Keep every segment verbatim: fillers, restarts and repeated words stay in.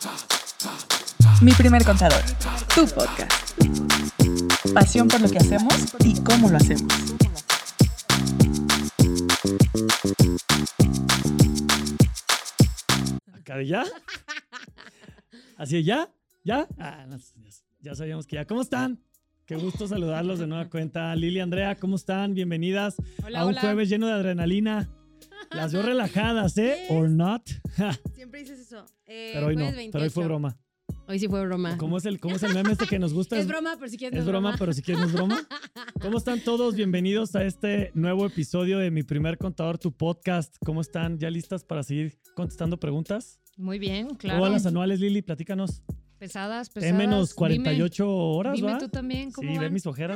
Mi primer contador, tu podcast. Pasión por lo que hacemos y cómo lo hacemos. ¿Acá de ya? ¿Así ya? ¿Ya? Ah, no, ya sabíamos que ya. ¿Cómo están? Qué gusto saludarlos de nueva cuenta. Lili, Andrea, ¿cómo están? Bienvenidas hola, a un hola. Jueves lleno de adrenalina. Las veo relajadas, ¿eh? Yes. Or not. Siempre dices eso. Eh, Pero hoy no, veintiocho. pero hoy fue broma. Hoy sí fue broma. ¿Cómo es el, cómo es el meme este que nos gusta? Es broma, pero si quieres no Es broma, pero si quieres no es broma. ¿Cómo están todos? Bienvenidos a este nuevo episodio de Mi Primer Contador, tu podcast. ¿Cómo están? ¿Ya listas para seguir contestando preguntas? Muy bien, claro. ¿Cómo van las anuales, Lili? Platícanos. Pesadas, pesadas. En menos cuarenta y ocho dime, horas, Dime ¿va? tú también, ¿cómo Sí, van? ve mis ojeras.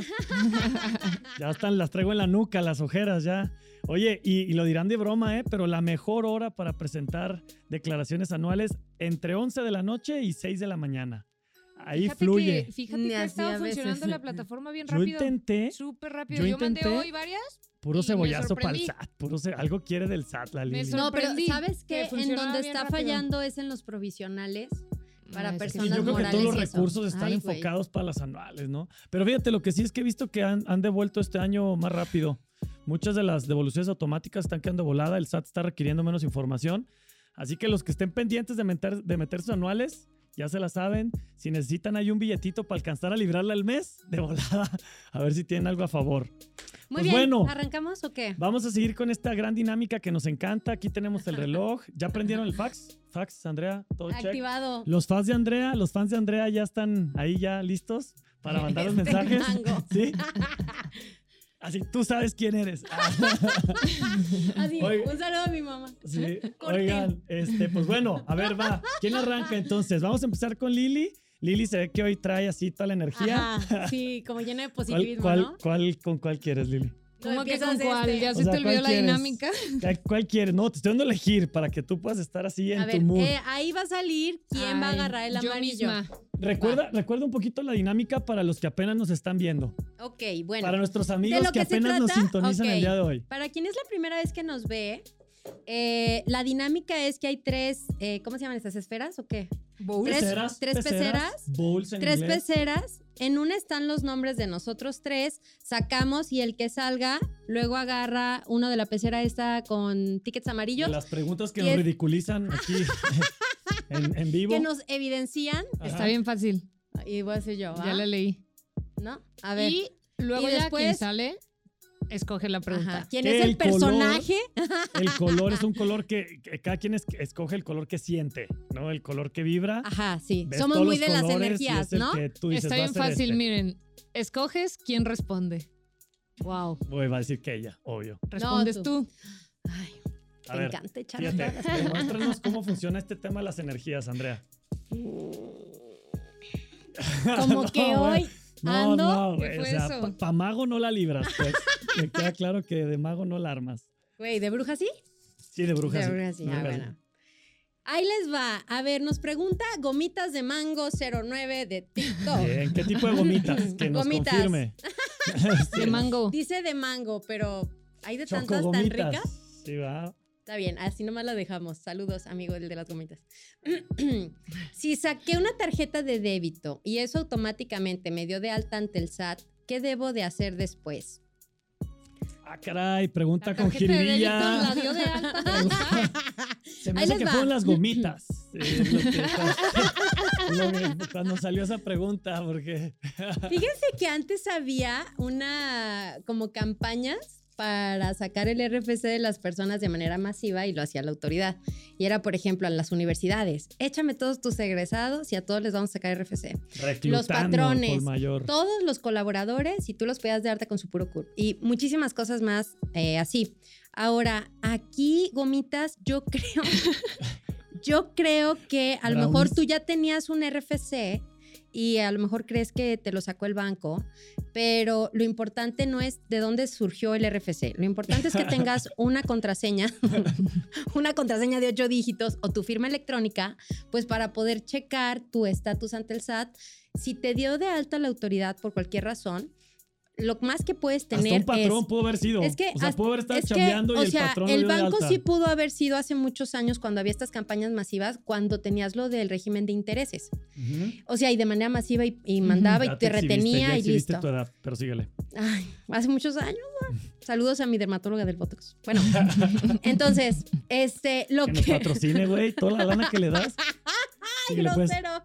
Ya están, las traigo en la nuca, las ojeras ya. Oye, y, y lo dirán de broma, ¿eh? Pero la mejor hora para presentar declaraciones anuales entre once de la noche y seis de la mañana. Ahí fíjate fluye. Que, fíjate Ni que ha así estado a veces. funcionando la plataforma bien Yo rápido. intenté, Súper rápido. yo Yo, mandé intenté, hoy varias. puro y cebollazo me para el sorprendí. S A T. Puro ce- algo quiere del S A T la Me Lili. sor- No, pero sorprendí ¿sabes que qué? En funcionaba donde bien está rápido. fallando es en los provisionales para Ah, eso sí. Sí, personas yo creo que morales todos los y eso. recursos están Ay, enfocados para las anuales, ¿no? Pero fíjate, lo que sí es que he visto que han, han devuelto este año más rápido. Muchas de las devoluciones automáticas están quedando volada. El S A T está requiriendo menos información. Así que los que estén pendientes de meter, de meter sus anuales, ya se la saben. Si necesitan ahí un billetito para alcanzar a librarla al mes, de volada, a ver si tienen algo a favor. Muy Pues bien, bueno. ¿arrancamos o qué? Vamos a seguir con esta gran dinámica que nos encanta. Aquí tenemos el reloj. ¿Ya prendieron el fax? Fax, Andrea, todo check. Activado. Los fans de Andrea, los fans de Andrea ya están ahí ya listos para mandar los Este mensajes. mango. ¿Sí? Así, tú sabes quién eres. Así, Oiga. un saludo a mi mamá. Sí. Corte. Oigan, este, pues bueno, a ver, va. ¿Quién arranca entonces? Vamos a empezar con Lili. Lili se ve que hoy trae así toda la energía. Ajá, sí, como llena de ¿Cuál, positivismo, cuál, ¿no? cuál- ¿Con cuál quieres, Lili? ¿Cómo que Empiezas con cuál? este. ¿Ya O se sea, te olvidó ¿cuál la quieres? dinámica? ¿Cuál- ¿Cuál quieres? No, te estoy dando a elegir para que tú puedas estar así en A tu ver, mood. eh, ahí va a salir quién va a Ay, agarrar el yo amarillo. misma. Recuerda, recuerda un poquito la dinámica para los que apenas nos están viendo. Ok, bueno. Para nuestros amigos de lo que, que se apenas nos trata, sintonizan ok. el día de hoy. Para quien es la primera vez que nos ve, eh, la dinámica es que hay tres, eh, ¿cómo se llaman estas esferas o qué? Tres- Peceras, tres peceras, bowls en Tres inglés. peceras. En una están los nombres de nosotros tres. Sacamos y el que salga, luego agarra uno de la pecera esta con tickets amarillos Las preguntas que Y nos es- ridiculizan aquí en, en vivo. que nos evidencian. Ajá. Está bien fácil. Y voy a decir yo, ¿va? Ya la leí. ¿No? A ver. Y luego Y ya después- quien sale, escoge la pregunta. Ajá. ¿Quién Que es el, el color- personaje? El color es un color que, que cada quien es- escoge el color que siente, ¿no? El color que vibra. Ajá, sí. Ves Somos todos muy los de las colores y energías, es el ¿no? que tú dices, Está va a bien ser fácil, este. miren. Escoges quién responde. Wow. Uy, va a decir que ella, obvio. Respondes tú. tú. Ay, A te ver, encanta echar Fíjate, todas las- demuéstranos cómo funciona este tema de las energías, Andrea. Como No, que güey. hoy No, ando. no, ¿Qué güey. O fue sea, eso? pa, pa mago no la libras, pues. Me queda claro que de mago no la armas. Güey, ¿de bruja sí? Sí, de bruja De sí. bruja sí. De Ah, bruja sí. bueno. Ahí les va. A ver, nos pregunta Gomitas de Mango cero nueve de TikTok. Bien, ¿qué tipo de gomitas? Que nos Gomitas. confirme. De mango. Dice de mango, pero ¿hay de tantas tan Chocogomitas. ricas? Sí, va. Está bien, así nomás la dejamos. Saludos, amigo el de las gomitas. Si saqué una tarjeta de débito y eso automáticamente me dio de alta ante el S A T, ¿qué debo de hacer después? Ah, caray, pregunta La con tarjeta de débito jiribilla. la dio de alta. Se me Ahí hace les que va. fueron las gomitas. Sí, es lo que- lo que- cuando salió esa pregunta, porque... Fíjense que antes había una como campañas para sacar el R F C de las personas de manera masiva y lo hacía la autoridad. Y era, por ejemplo, a las universidades. Échame todos tus egresados y a todos les vamos a sacar R F C. Reclutando Los patrones, por mayor. todos los colaboradores y tú los podías darte con su puro C U R. Y muchísimas cosas más eh, así. Ahora, aquí, gomitas, yo creo, yo creo que a lo Brownies. mejor tú ya tenías un R F C y a lo mejor crees que te lo sacó el banco, pero lo importante no es de dónde surgió el R F C. Lo importante es que tengas una contraseña, una contraseña de ocho dígitos o tu firma electrónica, pues para poder checar tu estatus ante el S A T. Si te dio de alta la autoridad por cualquier razón, lo más que puedes tener Hasta un patrón es, pudo haber sido. es que o sea, hasta- pudo haber estado es que, chambeando y o el sea, patrón lo el dio de banco alta. sí pudo haber sido hace muchos años cuando había estas campañas masivas, cuando tenías lo del régimen de intereses. Ujú. O sea, y de manera masiva y, y mandaba Ya y te exhibiste, retenía ya y exhibiste listo. tu edad, pero síguele. Ay, hace muchos años. ¿no? Saludos a mi dermatóloga del Botox. Bueno, entonces, este, lo Que que... nos patrocine, güey, toda la lana que le das. ¡Ay, Síguele, pues. grosero!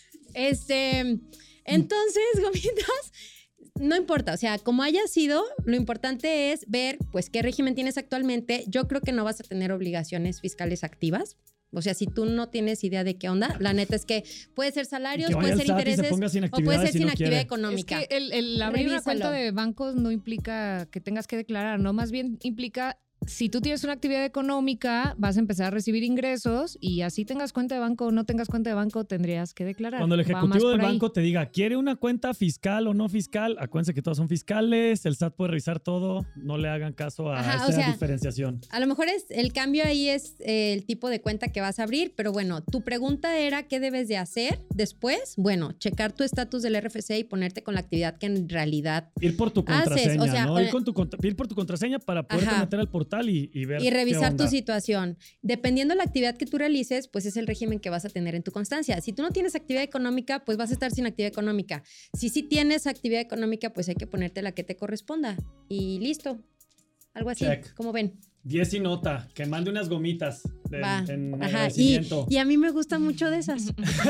Este, entonces, gomitas, no importa, o sea, como haya sido, lo importante es ver, pues, qué régimen tienes actualmente. Yo creo que no vas a tener obligaciones fiscales activas. O sea, si tú no tienes idea de qué onda, la neta es que puede ser salarios, Que vaya puede al ser S A T y se intereses ponga sin o puede actividades ser si sin no actividad quiere. económica. Es que el, el abrir una Revísalo. cuenta de bancos no implica que tengas que declarar, ¿no? Más bien implica, si tú tienes una actividad económica, vas a empezar a recibir ingresos y así tengas cuenta de banco o no tengas cuenta de banco, tendrías que declarar. Cuando el Va más ejecutivo del por ahí. banco te diga, ¿quiere una cuenta fiscal o no fiscal? Acuérdense que todas son fiscales, el S A T puede revisar todo, no le hagan caso a Ajá, esa o sea, diferenciación. A lo mejor es el cambio ahí es eh, el tipo de cuenta que vas a abrir, pero bueno, tu pregunta era qué debes de hacer después. Bueno, checar tu estatus del R F C y ponerte con la actividad que en realidad Ir por tu haces, contraseña, o sea, ¿no? o- Ir, con tu, contra- ir por tu contraseña para poderte Ajá. meter al portal y, y ver y revisar qué tu onda. situación. Dependiendo de la actividad que tú realices, pues es el régimen que vas a tener en tu constancia. Si tú no tienes actividad económica, pues vas a estar sin actividad económica. Si sí tienes actividad económica, pues hay que ponerte la que te corresponda. Y listo. Algo así, Check. como ven. diez y nota, que mande unas gomitas de, Va. en Ajá. Y, agradecimiento. y a mí me gustan mucho de esas.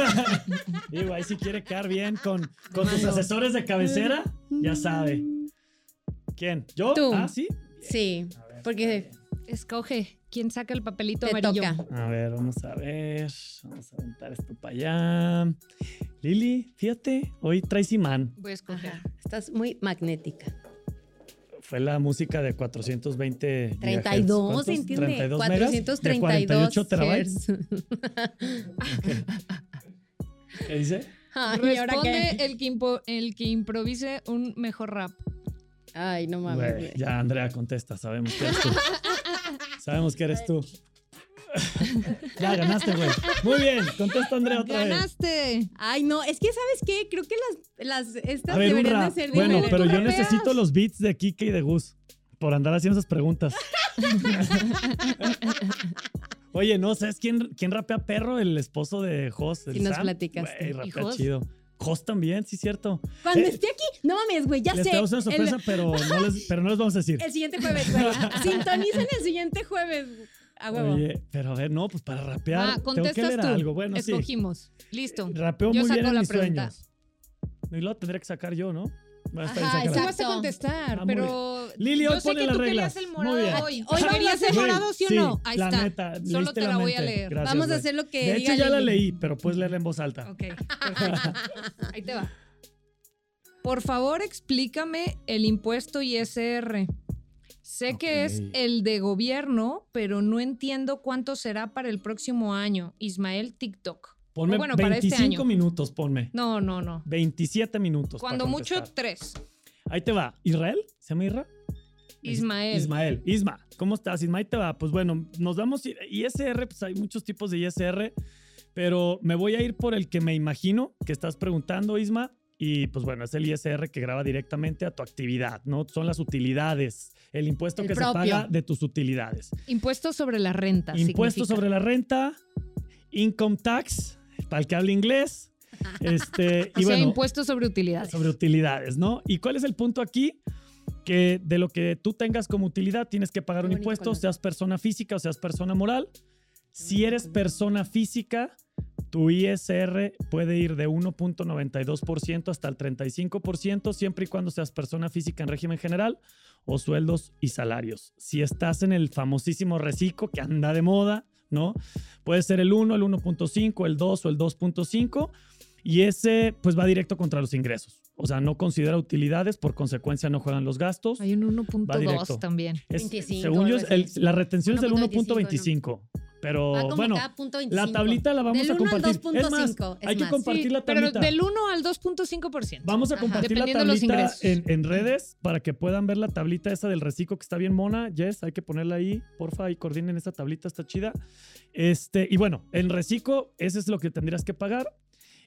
Digo, ahí si quiere quedar bien con, con tus Mando. asesores de cabecera, ya sabe. ¿Quién? ¿Yo? Tú. Ah, ¿sí? Sí, A ver, porque está Escoge quién saca el papelito te amarillo. toca. bien. A ver, vamos a ver. Vamos a aventar esto para allá. Lili, fíjate, hoy traes imán. Voy a escoger. Ajá. Estás muy magnética. Fue la música de cuatrocientos veinte treinta y dos, gigahertz. ¿Cuántos? ¿entiende? treinta y dos megas cuatrocientos de treinta y cuarenta y dos ocho terabytes. hertz. ¿Qué dice? Ay, ¿y ahora Responde qué? el que, impo- el que improvise un mejor rap. Ay, no mames. Güey, güey. ya, Andrea, contesta. Sabemos que eres tú. Sabemos que eres tú. Ya ganaste, güey. Muy bien, contesta Andrea otra vez. ¡Ganaste! Ay, no, es que ¿sabes qué? Creo que las, las estas A ver, un deberían rap. de ser Bueno, diferentes. pero yo rapeas? necesito los beats de Kike y de Gus por andar haciendo esas preguntas. Oye, no, ¿sabes quién, quién rapea perro? El esposo de Jos. el Sí, nos Sam. platicaste. Güey, ¿Y rapea Jos? chido. Jos también, sí, cierto. Cuando Eh, esté aquí, no mames, güey, ya Les sé. tenemos una sorpresa, el, pero, no les, pero no les vamos a decir. el siguiente jueves, güey. Sintonicen el siguiente jueves. A huevo. Oye, pero a ver, no, pues para rapear Ah, tengo que contestas leer tú. algo. Bueno, sí. Escogimos. Listo. Rapeo Yo muy bien saco en la mis pregunta. sueños. Y lo tendría que sacar yo, ¿no? Bueno, está bien, Ajá, sácala. Tú vas a Exacto. contestar, Ah, muy pero Lili, yo hoy sé pone que las tú reglas. querías el Muy morado bien. hoy. Hoy vamos ¿Querías a el hacer- morado, sí o no? Ahí la está. neta, Solo leíste te la voy a mente. leer. Gracias, Vamos a güey. hacer lo que De diga hecho, ya la Lili. leí, pero puedes leerla en voz alta. Ok, perfecto. Ahí te va. Por favor, explícame el impuesto I S R. Sé que es Ok. el de gobierno, pero no entiendo cuánto será para el próximo año. Ismael TikTok. Ponme O bueno, para este veinticinco año. minutos, ponme. No, no, no. veintisiete minutos. para Cuando mucho, contestar. tres. Ahí te va. ¿Israel? ¿Se llama Isra? Ismael. Ismael. Isma, ¿cómo estás? Isma, ahí te va. Pues bueno, nos damos I S R, pues hay muchos tipos de I S R, pero me voy a ir por el que me imagino que estás preguntando, Isma. Y pues bueno, es el I S R que graba directamente a tu actividad, ¿no? Son las utilidades, el impuesto El que propio. se paga de tus utilidades. Impuesto sobre la renta. Impuesto significa. sobre la renta, income tax, para el que hable inglés, este, O y sea, bueno, impuesto sobre utilidades. sobre utilidades, ¿no? ¿Y cuál es el punto aquí? Que de lo que tú tengas como utilidad tienes que pagar Qué un bonito impuesto, color. seas persona física o seas persona moral. Si bonito eres color. persona física, tu I S R puede ir de uno punto noventa y dos por ciento hasta el treinta y cinco por ciento, siempre y cuando seas persona física en régimen general o sueldos y salarios. Si estás en el famosísimo reciclo que anda de moda, ¿no? Puede ser el uno, el uno punto cinco, el dos o el dos punto cinco, y ese pues va directo contra los ingresos. O sea, no considera utilidades, por consecuencia no juegan los gastos. Hay un uno punto Va dos directo. también. Es- veinticinco, según yo, algo el- así. la retención es del uno punto uno punto veinticinco. Pero Va como bueno, cada punto la veinticinco. tablita la vamos Del a uno al compartir. dos punto Es más, cinco, es hay que más. compartir Sí, la pero tablita. del uno al dos punto cinco por ciento. Vamos a Ajá. compartir la Dependiendo de los tablita ingresos. en, en redes para que puedan ver la tablita esa del reciclo que está bien mona. Yes, hay que ponerla ahí, porfa, y coordinen esa tablita, está chida. Este, y bueno, en reciclo, ese es lo que tendrías que pagar.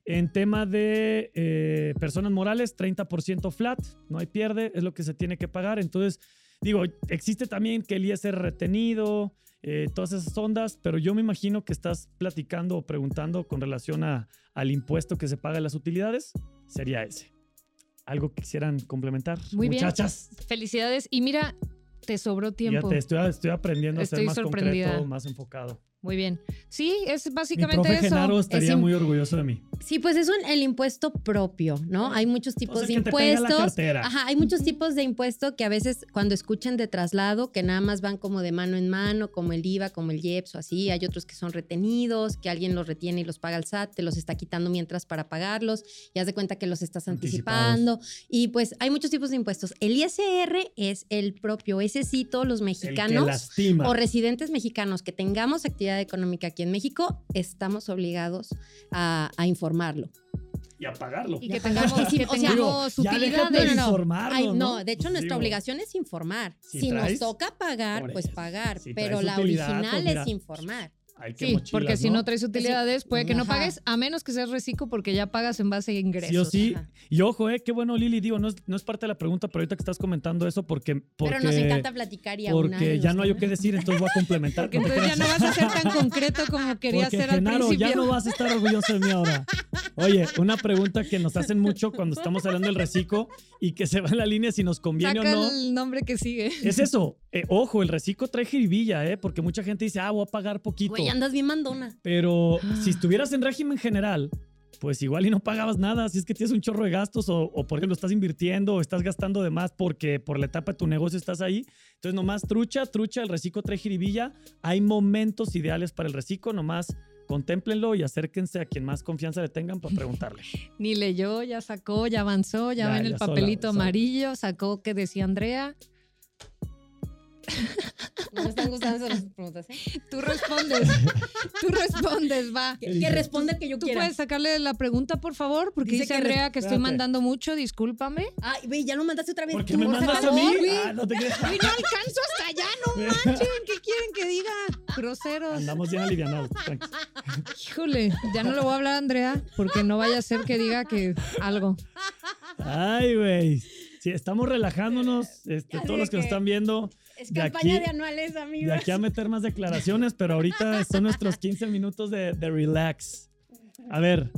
En tema de eh, personas morales, treinta por ciento flat, no hay pierde, es lo que se tiene que pagar. Entonces, digo, existe también que el I S R retenido, eh, todas esas ondas, pero yo me imagino que estás platicando o preguntando con relación a, al impuesto que se paga en las utilidades, sería ese. ¿Algo que quisieran complementar? Muy bien. Muchachas. Felicidades. Y mira, te sobró tiempo. Fíjate, estoy, estoy aprendiendo a Estoy ser más sorprendida. concreto, más enfocado. Muy bien. Sí, es Mi básicamente profe eso. Genaro estaría Es im- muy orgulloso de mí. Sí, pues es un, el impuesto propio, ¿no? Hay muchos tipos O sea, de que te pega la impuestos. cartera. Ajá, hay muchos tipos de impuesto que a veces cuando escuchan de traslado, que nada más van como de mano en mano, como el I V A, como el I E P S o así. Hay otros que son retenidos, que alguien los retiene y los paga el S A T, te los está quitando mientras para pagarlos y haz de cuenta que los estás Anticipados. anticipando. Y pues hay muchos tipos de impuestos. El I S R es el propio. Ese sí, todos los El que mexicanos lastima. o residentes mexicanos que tengamos actividad económica aquí en México, estamos obligados a, a informarlo. Y a pagarlo. Y que tengamos, Sí, que o sea, tengamos Digo, ya utilidades. déjate de No, no, no. informarnos, Ay, ¿no? no, de hecho nuestra Digo, obligación es informar. si Si, traes- nos toca pagar, por pues eso. pagar. Si pero traes la utilidad, original pues mira. es informar. Ay, qué Sí, mochilas, porque si no traes utilidades, puede que no Ajá. pagues, a menos que seas reciclo, porque ya pagas en base a ingresos. Sí o sí. Ajá. Y ojo, eh, qué bueno, Lili, digo, no es, no es parte de la pregunta, pero ahorita que estás comentando eso, porque, porque, Pero nos encanta platicar y aunar porque los ya no hay temas. que decir, entonces voy a complementar. Porque No te entonces ya creas. no vas a ser tan concreto como querías Porque, ser al Genaro, principio. ya no vas a estar orgulloso de mí ahora. Oye, una pregunta que nos hacen mucho cuando estamos hablando del reciclo y que se va en la línea si nos conviene Saca o no. el nombre que sigue. Es eso. Eh, ojo, el reciclo trae jiribilla, ¿eh? Porque mucha gente dice, ah, voy a pagar poquito. Güey, andas bien mandona. Pero si estuvieras en régimen general, pues igual y no pagabas nada. Si es que tienes un chorro de gastos o, o por ejemplo, estás invirtiendo o estás gastando de más porque por la etapa de tu negocio estás ahí. Entonces, nomás trucha, trucha, el reciclo trae jiribilla. Hay momentos ideales para el reciclo, nomás contémplenlo y acérquense a quien más confianza le tengan para preguntarle. Ni leyó, ya sacó, ya avanzó, ya, Ya, ven el ya sola, papelito sola. amarillo, sacó que decía Andrea. No me están gustando esas preguntas, ¿eh? Tú respondes, tú respondes, va. Que, que responda el que yo ¿Tú quiera. puedes sacarle la pregunta, por favor? Porque Dice dice, que Andrea res- que estoy Espérate. mandando mucho, discúlpame. Ay, güey, ya lo mandaste otra vez. ¿Por qué tú, me por mandas a favor, mí? güey. Ah, no te creas. Uy, no alcanzo hasta allá, no manchen. ¿Qué quieren que diga? Groseros. Andamos bien alivianados. tranqui. Híjole, ya no le voy a hablar a Andrea porque no vaya a ser que diga que algo. Ay, güey. Sí, estamos relajándonos. Este, Ya todos sé los que nos que- están viendo. Es De campaña aquí- de anuales, De amigos. aquí a meter más declaraciones, pero ahorita son nuestros quince minutos de, de relax. A ver.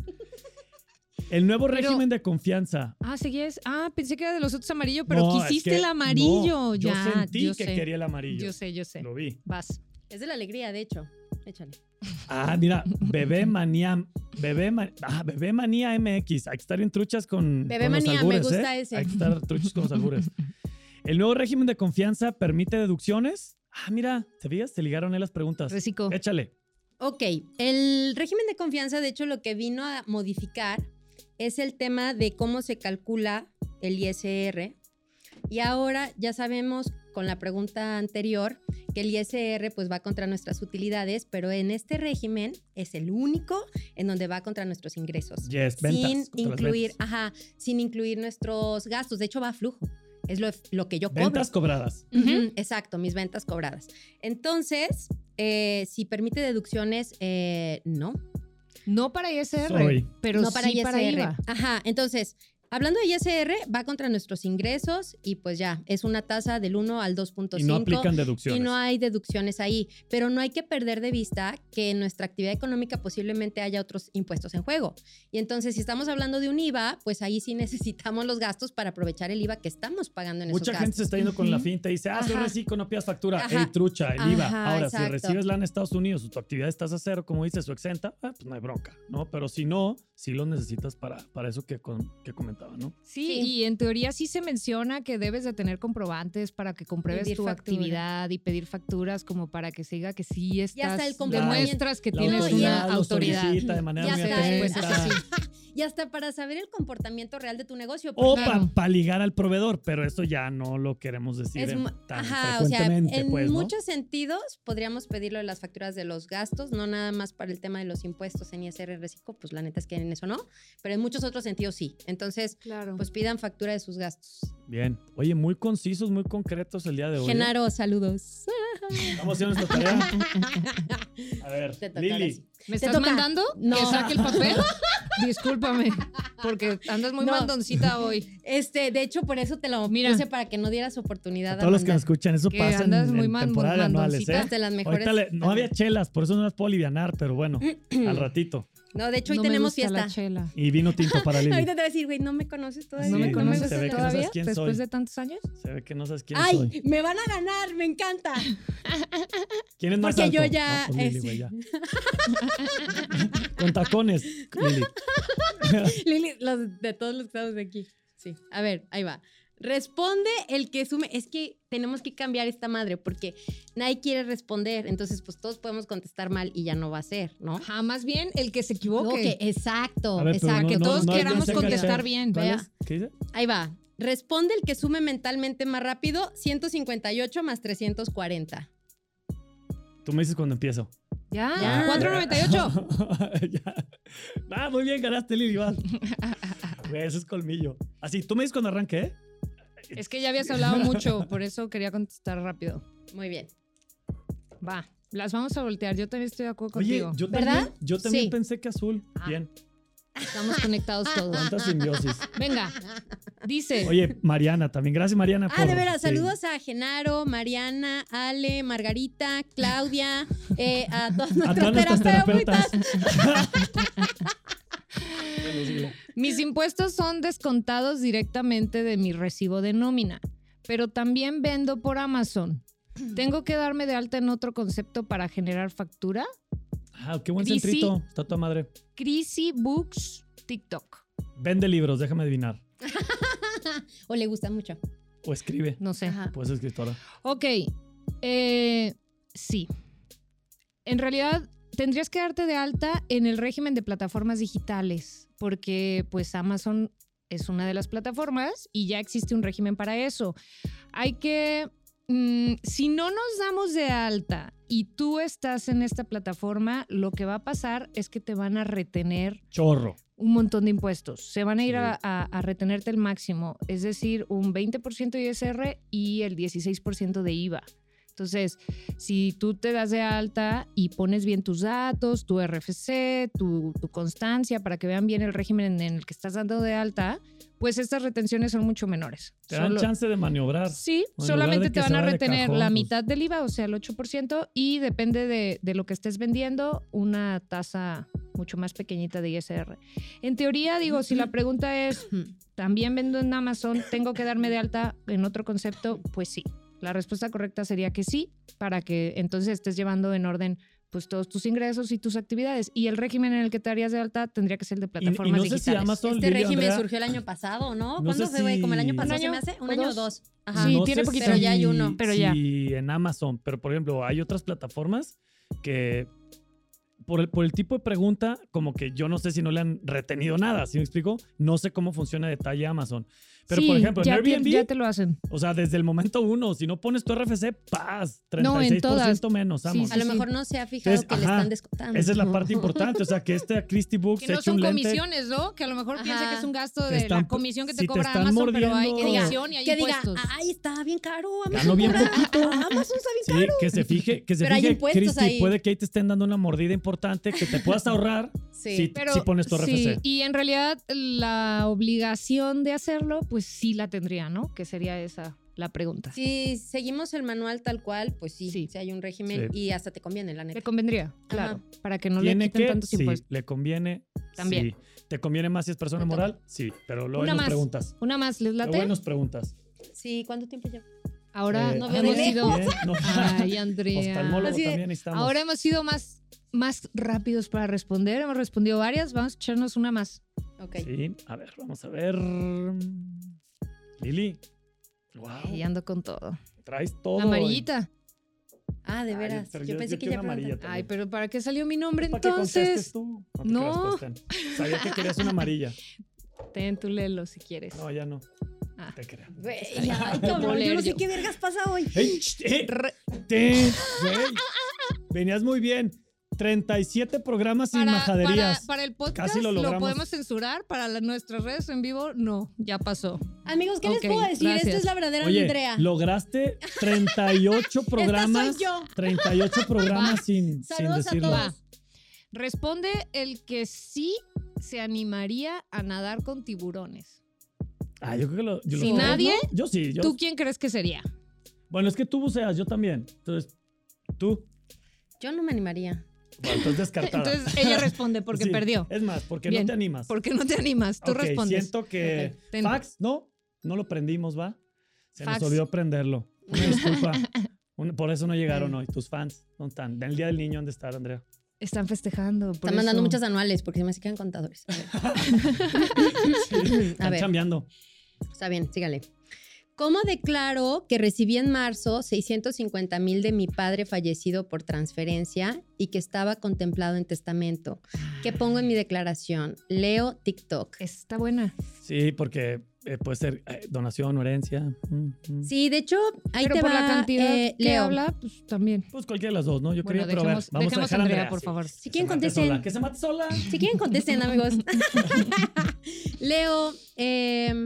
El nuevo Pero- régimen de confianza. Ah, seguías. Ah, pensé que era de los otros amarillo, pero No, es quisiste que el amarillo. no, yo ya, sentí yo que sé. quería el amarillo. Yo sé, yo sé. Lo vi. Vas. Es de la alegría, de hecho. Échale. Ah, mira, Bebé Manía, Bebé, Ma- ah, Bebé Manía M X. Hay que estar bien truchas con, Bebé con los Manía, me albures, gusta ¿eh? ese. Hay que estar truchas con los albures. El nuevo régimen de confianza permite deducciones. Ah, mira, ¿te fijas? Se ligaron ahí las preguntas. Recico. Échale. Ok, el régimen de confianza, de hecho, lo que vino a modificar es el tema de cómo se calcula el I S R. Y ahora ya sabemos con la pregunta anterior que el I S R pues va contra nuestras utilidades, pero en este régimen es el único en donde va contra nuestros ingresos. Yes, ventas. sin contra las incluir, ventas. ajá, sin incluir nuestros gastos. De hecho, va a flujo. Es lo, lo que yo cobro. Ventas cobradas. Ujú, exacto, mis ventas cobradas. Entonces, eh, si permite deducciones, eh, no. No para I S R, Soy. pero no para sí I S R. para I V A. Ajá, entonces, hablando de I S R, va contra nuestros ingresos y pues ya, es una tasa del uno al dos punto Y cinco. no aplican deducciones. Y no hay deducciones ahí, pero no hay que perder de vista que en nuestra actividad económica posiblemente haya otros impuestos en juego. Y entonces, si estamos hablando de un I V A, pues ahí sí necesitamos los gastos para aprovechar el I V A que estamos pagando en Mucha esos gente se gastos. está yendo con la finta y dice, ah, soy Ajá. reciclo, no pidas factura. Ajá. Ey, trucha, el I V A. Ajá, Ahora, exacto. si recibes la en Estados Unidos o tu actividad estás a cero, como dices, o exenta, ah, pues no hay bronca, ¿no? Pero si no, sí lo necesitas para, para eso que, con- que comentaba, ¿no? Sí, Sí. y en teoría sí se menciona que debes de tener comprobantes para que compruebes Pedir tu factura. actividad y pedir facturas como para que se diga que sí estás, hasta el complemento. demuestras que La tienes autoridad una lo autoridad. solicita de manera Ya muy está, es- atenta. Y hasta para saber el comportamiento real de tu negocio. O porque- para Claro. ligar al proveedor, pero eso ya no lo queremos decir Es en- mu- tan ajá, o sea, frecuentemente, en pues, ¿no? muchos sentidos podríamos pedirlo de las facturas de los gastos, no nada más para el tema de los impuestos en I S R reciclo, pues la neta es que en eso no, pero en muchos otros sentidos sí. Entonces, Claro. pues pidan factura de sus gastos. Bien. Oye, muy concisos, muy concretos el día de hoy. ¿eh? Genaro, saludos. Vamos haciendo nuestra tarea. A ver, Te toca Lili. ahora sí. ¿Me ¿Te estás toca? mandando No. que saque el papel? Discúlpame, porque andas muy No. mandoncita hoy. Este, de hecho, por eso te lo Mira. puse para que no dieras oportunidad. A todos los que nos Amanda. escuchan, eso Que pasa andas en, muy en man- temporada de anuales, mandoncita. ¿eh? Es de las mejores. Ahorita le- no había chelas, por eso no las puedo alivianar, pero bueno, al ratito. No, de hecho, hoy No me tenemos gusta la fiesta. chela. Y vino tinto para Lili. Ahorita te voy a decir, güey, no me conoces todavía. ¿No Sí, me no, conoces se ve que no todavía? sabes quién ¿Después soy. de tantos años? Se ve que no sabes quién Ay, soy. me van a ganar, me encanta. ¿Quién es más porque alto? yo ya, No, pues Lili, es- güey, ya. Con tacones, Lili. Lili, los de todos los que estamos aquí. Sí, a ver, ahí va. Responde el que sume. Es que tenemos que cambiar esta madre porque nadie quiere responder. Entonces, pues todos podemos contestar mal y ya no va a ser, ¿no? Ajá, más bien el que se equivoque. Ok, exacto, A ver, pero exacto. no- que no- todos no queramos alcancé a contestar cachar. bien. ¿Cuál Vea. es? ¿Qué dice? Ahí va. Responde el que sume mentalmente más rápido, ciento cincuenta y ocho más trescientos cuarenta. Tú me dices cuando empiezo. Ya, Ya. cuatro noventa y ocho. Ya. Ah, muy bien, ganaste, Lili. va. Güey, eso es colmillo. Así, tú me dices cuando arranque, ¿eh? Es que ya habías hablado mucho, por eso quería contestar rápido. Muy bien. Va, las vamos a voltear. Yo también estoy de acuerdo Oye, contigo. yo ¿Verdad? también, yo también Sí. pensé que azul. Ah. Bien. Estamos conectados todos. Cuánta simbiosis. Venga, dice. Oye, Mariana, también. Gracias, Mariana. Ah, por- de veras, sí. saludos a Genaro, Mariana, Ale, Margarita, Claudia, eh, a todas nuestras todas nuestras terapeutas. Bueno, síguele. Mis impuestos son descontados directamente de mi recibo de nómina, pero también vendo por Amazon. ¿Tengo que darme de alta en otro concepto para generar factura? Ah, qué buen Crisi. centrito. Está toda madre. Crisi Books TikTok. Vende libros, déjame adivinar. O le gusta mucho. O escribe. No sé. Ajá. Pues escritora. Ok, eh, sí. En realidad, tendrías que darte de alta en el régimen de plataformas digitales, porque pues Amazon es una de las plataformas y ya existe un régimen para eso. Hay que, mm, si no nos damos de alta y tú estás en esta plataforma, lo que va a pasar es que te van a retener Chorro. un montón de impuestos. Se van a ir Sí. a, a- a retenerte el máximo, es decir, un veinte por ciento de I S R y el dieciséis por ciento de I V A. Entonces, si tú te das de alta y pones bien tus datos, tu R F C, tu, tu constancia, para que vean bien el régimen en el que estás dando de alta, pues estas retenciones son mucho menores. Te dan Solo- chance de maniobrar. Sí, En lugar solamente de te que van se a vaya de retener cajón, la pues. mitad del I V A, o sea, el ocho por ciento, y depende de, de lo que estés vendiendo, una tasa mucho más pequeñita de I S R. En teoría, digo, si la pregunta es, ¿también vendo en Amazon? ¿Tengo que darme de alta en otro concepto? Pues sí. La respuesta correcta sería que sí, para que entonces estés llevando en orden pues todos tus ingresos y tus actividades. Y el régimen en el que te harías de alta tendría que ser el de Y, y plataformas no sé si digitales. Amazon, Este Lili, régimen Andrea, surgió el año pasado, ¿no? no ¿Cuándo sé se ve? si- Como el año ¿Un pasado se año me hace. Un o año o dos? dos. Ajá. Sí, no tiene sé poquito. Pero ya hay uno. Pero ya. si en Amazon, pero por ejemplo, hay otras plataformas que por el, por el tipo de pregunta, como que yo no sé si no le han retenido nada, ¿sí me explico? No sé cómo funciona a detalle Amazon. Pero Sí, por ejemplo, en ya te- Airbnb, ya te lo hacen. o sea, desde el momento uno, si no pones tu R F C, ¡paz! No, en treinta y seis por ciento todas. menos, Sí, vamos. sí, A lo mejor no se ha fijado Entonces, que le ajá, están descontando. Esa es la parte importante, o sea, que este Christie Books Que se no eche son un lente. comisiones, ¿no? Que a lo mejor Ajá. piensa que es un gasto Te de están- la comisión que te si te cobra están Amazon, pero hay mordiendo- edición y hay que diga, impuestos. ay, está bien caro. Gano bien cobra- poquito. Amazon está bien Sí, caro. que se fije, que se Pero hay fije, impuestos Christie, ahí. puede que ahí te estén dando una mordida importante que te puedas ahorrar Sí. si, Pero si pones tu R F C. sí, y en realidad la obligación de hacerlo, pues sí la tendría, ¿no? Que sería esa la pregunta. Si seguimos el manual tal cual, pues sí, Sí. si hay un régimen Sí. y hasta te conviene, la Le neta. convendría, claro, para que no le ¿Tiene quiten que? tantos Sí. impuestos. ¿Le conviene? También. Sí. ¿Te conviene más si es persona Me moral? Sí, pero luego Una nos más. preguntas. Una más, ¿les Luego late? nos preguntas. Sí, ¿cuánto tiempo lleva? Ahora Eh, no veo hemos de sido... bien, no. Ay, Andrea. Oftalmólogo Así de- también necesitamos. Ahora hemos sido más, más rápidos para responder. Hemos respondido varias. Vamos a echarnos una más. Ok. Sí, a ver, vamos a ver. Lili. Wow. Y ando con todo. Traes todo. La amarillita. Ah, de Ay, veras. pero yo, yo- pensé yo que quiero ya amarilla preguntaste. también. Ay, pero ¿para qué salió mi nombre Para que contestes entonces? tú. te No. creas, pues, ten. Sabía que querías una amarilla. Ten tu lelo si quieres. No, ya no. Ah. Te creo. Güey, Ay, ay, puedo cabrón, yo leer no sé yo. qué vergas pasa hoy. ¡Ey! ch- eh, Re- te- güey. Venías muy bien. treinta y siete programas sin Para, majaderías. para, para el podcast Casi lo lo, logramos. podemos censurar. Para la- nuestras redes en vivo, no. Ya pasó. Amigos, ¿qué Ok, les puedo decir? gracias. Esta es la verdadera Oye, Andrea. lograste treinta y ocho programas. Esta soy yo. treinta y ocho programas sin, sin Saludos a decirlo. todos. Va. Responde el que sí se animaría a nadar con tiburones? Ah, yo creo que lo. Yo Si los tres, nadie, ¿no? Yo sí. Yo... ¿Tú quién crees que sería? Bueno, es que tú buceas, yo también. Entonces, tú. Yo no me animaría. Bueno, entonces descartada. Entonces ella responde porque Sí, perdió. Es más, porque Bien, no te animas. ¿Por qué no te animas? Tú Ok, respondes. Siento que. Ok, ten. Fax, no. No lo prendimos, ¿va? Se Fax. nos olvidó prenderlo. Una disculpa. Un- por eso no llegaron hoy. Tus fans no están. Del Día del Niño han de estar, Andrea. Están festejando. por Están mandando eso. muchas anuales porque se me quedan contadores. A ver. Sí, A están ver. chambeando. Está bien, sígale. ¿Cómo declaro que recibí en marzo seiscientos cincuenta mil de mi padre fallecido por transferencia y que estaba contemplado en testamento? ¿Qué pongo en mi declaración? Leo TikTok. Está buena. Sí, porque eh, puede ser eh, donación o herencia. Mm, mm. Sí, de hecho, ahí Pero te por va, la cantidad eh, que Leo. habla, pues también. Pues cualquiera de las dos, ¿no? Yo Bueno, quería probar. dejemos, Vamos a dejemos dejar a a Andrea, Andrea, por sí. favor. Si Que quieren, se mate contesten. sola, Que se mate sola. Si quieren, contesten, amigos. Leo, eh,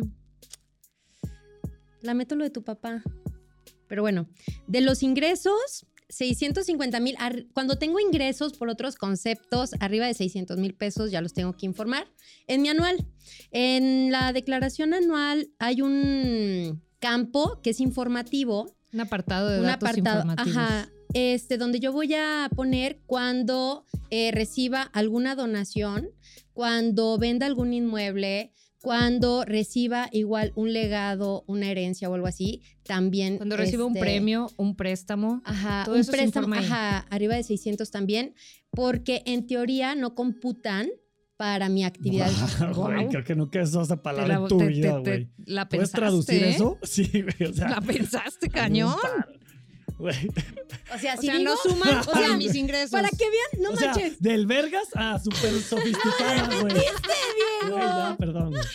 lamento lo de tu papá. Pero bueno, de los ingresos, seiscientos cincuenta mil. Cuando tengo ingresos por otros conceptos, arriba de seiscientos mil pesos, ya los tengo que informar en mi anual. En la declaración anual hay un campo que es informativo. Un apartado de Un datos apartado, informativos. ajá, este, donde yo voy a poner cuando eh, reciba alguna donación, cuando venda algún inmueble, cuando reciba igual un legado, una herencia o algo así, también. Cuando reciba un este, premio, un préstamo. Ajá, todo un eso se préstamo, informa ahí. ajá, arriba de seiscientos también, porque en teoría no computan para mi actividad. Wow, güey, Wow. creo que nunca has usado esa Te palabra la- en tu te- vida, te- te- güey. La ¿Puedes pensaste, traducir ¿eh? eso? Sí, güey. O sea, La pensaste, cañón. güey. O sea, O si sea, digo, no suman o sea, para mis ingresos. para que vean, no o sea, manches. del vergas a súper sofisticada, güey. Güey, ya, perdón, güey.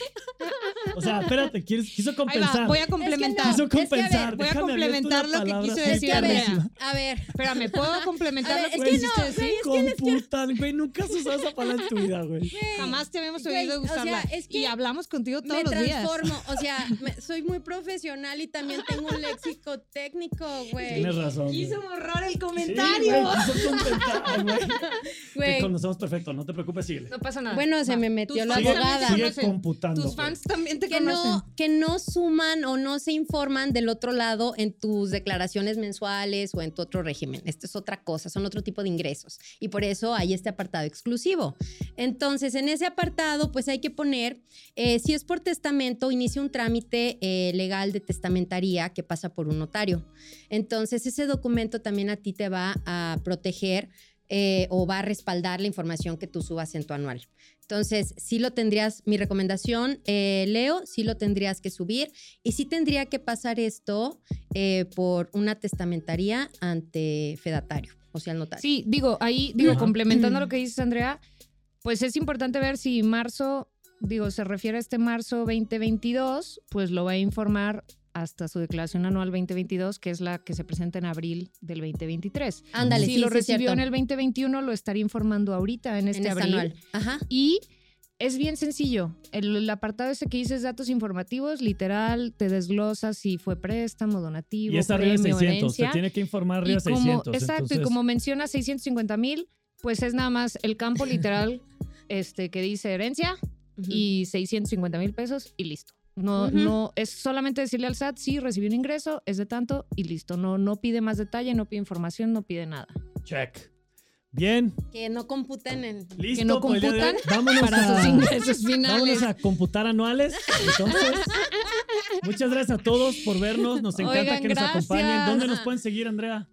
O sea, espérate, quieres, quiso Ahí compensar. va, voy a Es que complementar. no. Quiso es que, a ver, compensar. voy a Déjame complementar abierto lo que una quiso palabra decir Es que, a ver, Andrea. a ver, Espérame, ¿puedo complementar A ver, lo que es que quisiste no, decir? güey, es que les Computan, güey, nunca has usado esa palabra en tu vida, güey. Jamás te habíamos Güey, oído o sea, usarla. es que y hablamos contigo todos me los días. transformo. O sea, me- soy muy profesional y también tengo un léxico técnico, güey. Tienes razón. güey. Quiso borrar el Sí, comentario. güey, quiso compensar, güey. Que Güey. conocemos perfecto, no te preocupes, síguele. No pasa nada. Bueno, se me metió Tus la fans Sigue, abogada. también te sigue conocen. computando. Tus güey. fans también te Que conocen. no, que no suman o no se informan del otro lado en tus declaraciones mensuales o en tu otro régimen. Esto es otra cosa, son otro tipo de ingresos. Y por eso hay este apartado exclusivo. Entonces, en ese apartado, pues hay que poner, eh, si es por testamento, inicia un trámite eh, legal de testamentaría que pasa por un notario. Entonces, ese documento también a ti te va a proteger eh, o va a respaldar la información que tú subas en tu anual. Entonces, sí lo tendrías, mi recomendación, eh, Leo, sí lo tendrías que subir y sí tendría que pasar esto eh, por una testamentaría ante fedatario, o sea, el notario. Sí, digo, ahí, digo, Ajá. complementando lo que dices, Andrea, pues es importante ver si marzo, digo, se refiere a este marzo veinte veintidós, pues lo va a informar hasta su declaración anual veinte veintidós, que es la que se presenta en abril del veinte veintitrés. Ándale, si sí, lo sí, recibió cierto. en el veinte veintiuno, lo estaría informando ahorita, en este en este abril. anual. Ajá. Y es bien sencillo. El, el apartado ese que dices datos informativos, literal, te desglosa si fue préstamo, donativo, Y es arriba de premio, seiscientos. Te herencia. tiene que informar Y arriba de como- seiscientos. exacto, y entonces- como menciona seiscientos cincuenta mil, pues es nada más el campo literal este, que dice herencia Ujú. y seiscientos cincuenta mil pesos y listo. No, Ujú. no, es solamente decirle al S A T, sí, recibí un ingreso, es de tanto y listo. No, no pide más detalle, no pide información, no pide nada. Check. Bien, Que no computen en... listo. Que no por el día de hoy. computan Vámonos para a, sus ingresos finales. vámonos a computar anuales. Entonces, muchas gracias a todos por vernos. Nos encanta Oigan, que nos acompañen. gracias. ¿Dónde nos pueden seguir, Andrea?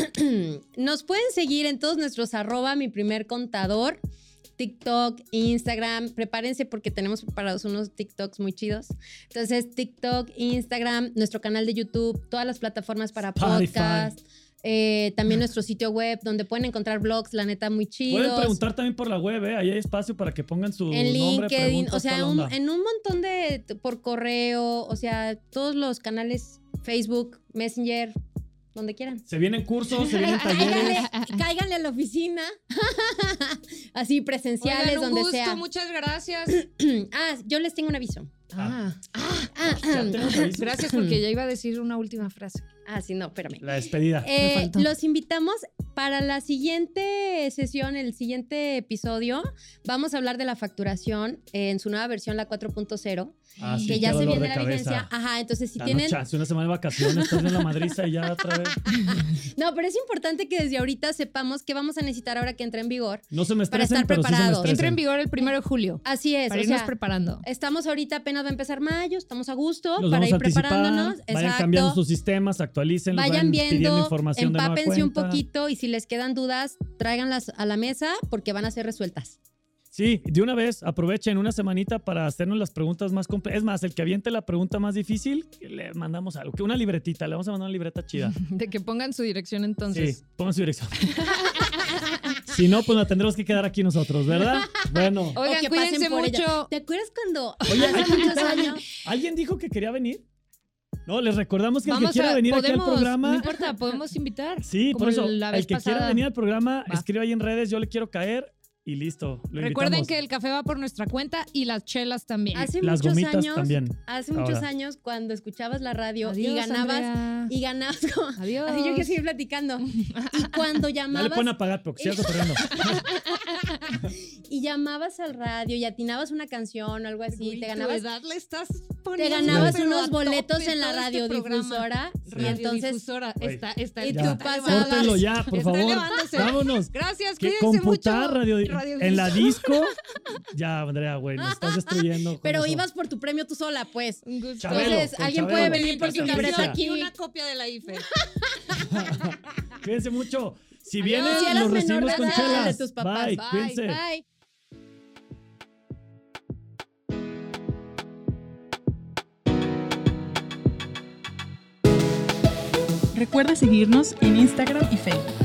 Nos pueden seguir en todos nuestros arroba mi primer contador, TikTok, Instagram. Prepárense porque tenemos preparados unos TikToks muy chidos. Entonces, TikTok, Instagram, nuestro canal de YouTube, todas las plataformas para Spotify. podcast. eh, también nuestro sitio web donde pueden encontrar blogs, la neta, muy chidos. Pueden preguntar también por la web, ¿eh? Ahí hay espacio para que pongan su En nombre, LinkedIn, preguntas, o sea, toda la un- onda. en un montón de, por correo, o sea, todos los canales, Facebook, Messenger, donde quieran. Se vienen cursos, se vienen talleres. Cáiganle, cáiganle a la oficina, así presenciales, Oigan, un donde gusto, sea. muchas gracias. ah, yo les tengo un aviso. Ah, Ah, Ya tenemos aviso. gracias porque ya iba a decir una última frase. Ah, sí, no, espérame. La despedida. Eh, Me faltó. los invitamos para la siguiente sesión, el siguiente episodio. Vamos a hablar de la facturación en su nueva versión, la cuatro punto cero, Ah, sí, que qué ya se dolor viene de la cabeza. vigencia. Ajá, entonces si Danos tienen... chance, una semana de vacaciones, estás en la madriza y ya otra vez. No, pero es importante que desde ahorita sepamos qué vamos a necesitar ahora que entre en vigor. No se me Para estresen, estar pero sí se me preparados. estresen. Entra en vigor el primero de julio. Así es, Para o irnos sea, preparando. estamos ahorita, apenas va a empezar mayo, estamos a gusto Los para vamos ir a anticipar, preparándonos. vayan Exacto. cambiando sus sistemas, actualicen, Vayan vayan pidiendo viendo, información de nueva empápense un cuenta. poquito y si les quedan dudas, tráiganlas a la mesa porque van a ser resueltas. Sí, de una vez, aprovechen una semanita para hacernos las preguntas más complejas. Es más, el que aviente la pregunta más difícil, le mandamos algo, que una libretita, le vamos a mandar una libreta chida. De que pongan su dirección entonces. Sí, pongan su dirección. Si no, pues la tendremos que quedar aquí nosotros, ¿verdad? Bueno. O Oigan, que cuídense pasen por ella. mucho. ¿Te acuerdas cuando Oye, hace hay que muchos invitar a alguien. años? ¿Alguien dijo que quería venir? No, les recordamos que el Vamos que quiera a, venir aquí al podemos, no programa. importa, podemos invitar. Sí, como por eso, la el vez que quiera pasada. venir al programa, Va. escriba ahí en redes, yo le quiero caer y listo. Lo Recuerden invitamos. que el café va por nuestra cuenta y las chelas también. Hace Las muchos gomitas años, también. hace muchos Ahora. años cuando escuchabas la radio y Adiós, ganabas Andrea. y ganabas como, Adiós. así yo que seguir platicando. Y cuando Ya le llamabas pueden apagar, pero que sigas corriendo. y llamabas al radio y atinabas una canción o algo así, Güey, te tu ganabas edad le estás te poniendo, ganabas pero unos a boletos tope en la todo este radiodifusora programa. y entonces Radiodifusora, Güey. está, está, Y está tú Ya, pasabas- córtenlo ya, por Está favor. elevándose. Vámonos. Gracias, Que cuídense computar mucho. radio, Radiodifusora. en la disco. Ya, Andrea, güey, nos estás destruyendo. con pero eso. ibas por tu premio tú sola, pues. Un gusto. Chabelo, Entonces, con alguien Chabelo. puede venir por su Con libreta Chabelo. aquí. Y una copia de la I F E. Cuídense mucho. Si Adiós. vienen, Si eras los menor recibimos de con edad, chelas. de tus papás. Bye, Bye, cuídense. bye. Recuerda seguirnos en Instagram y Facebook.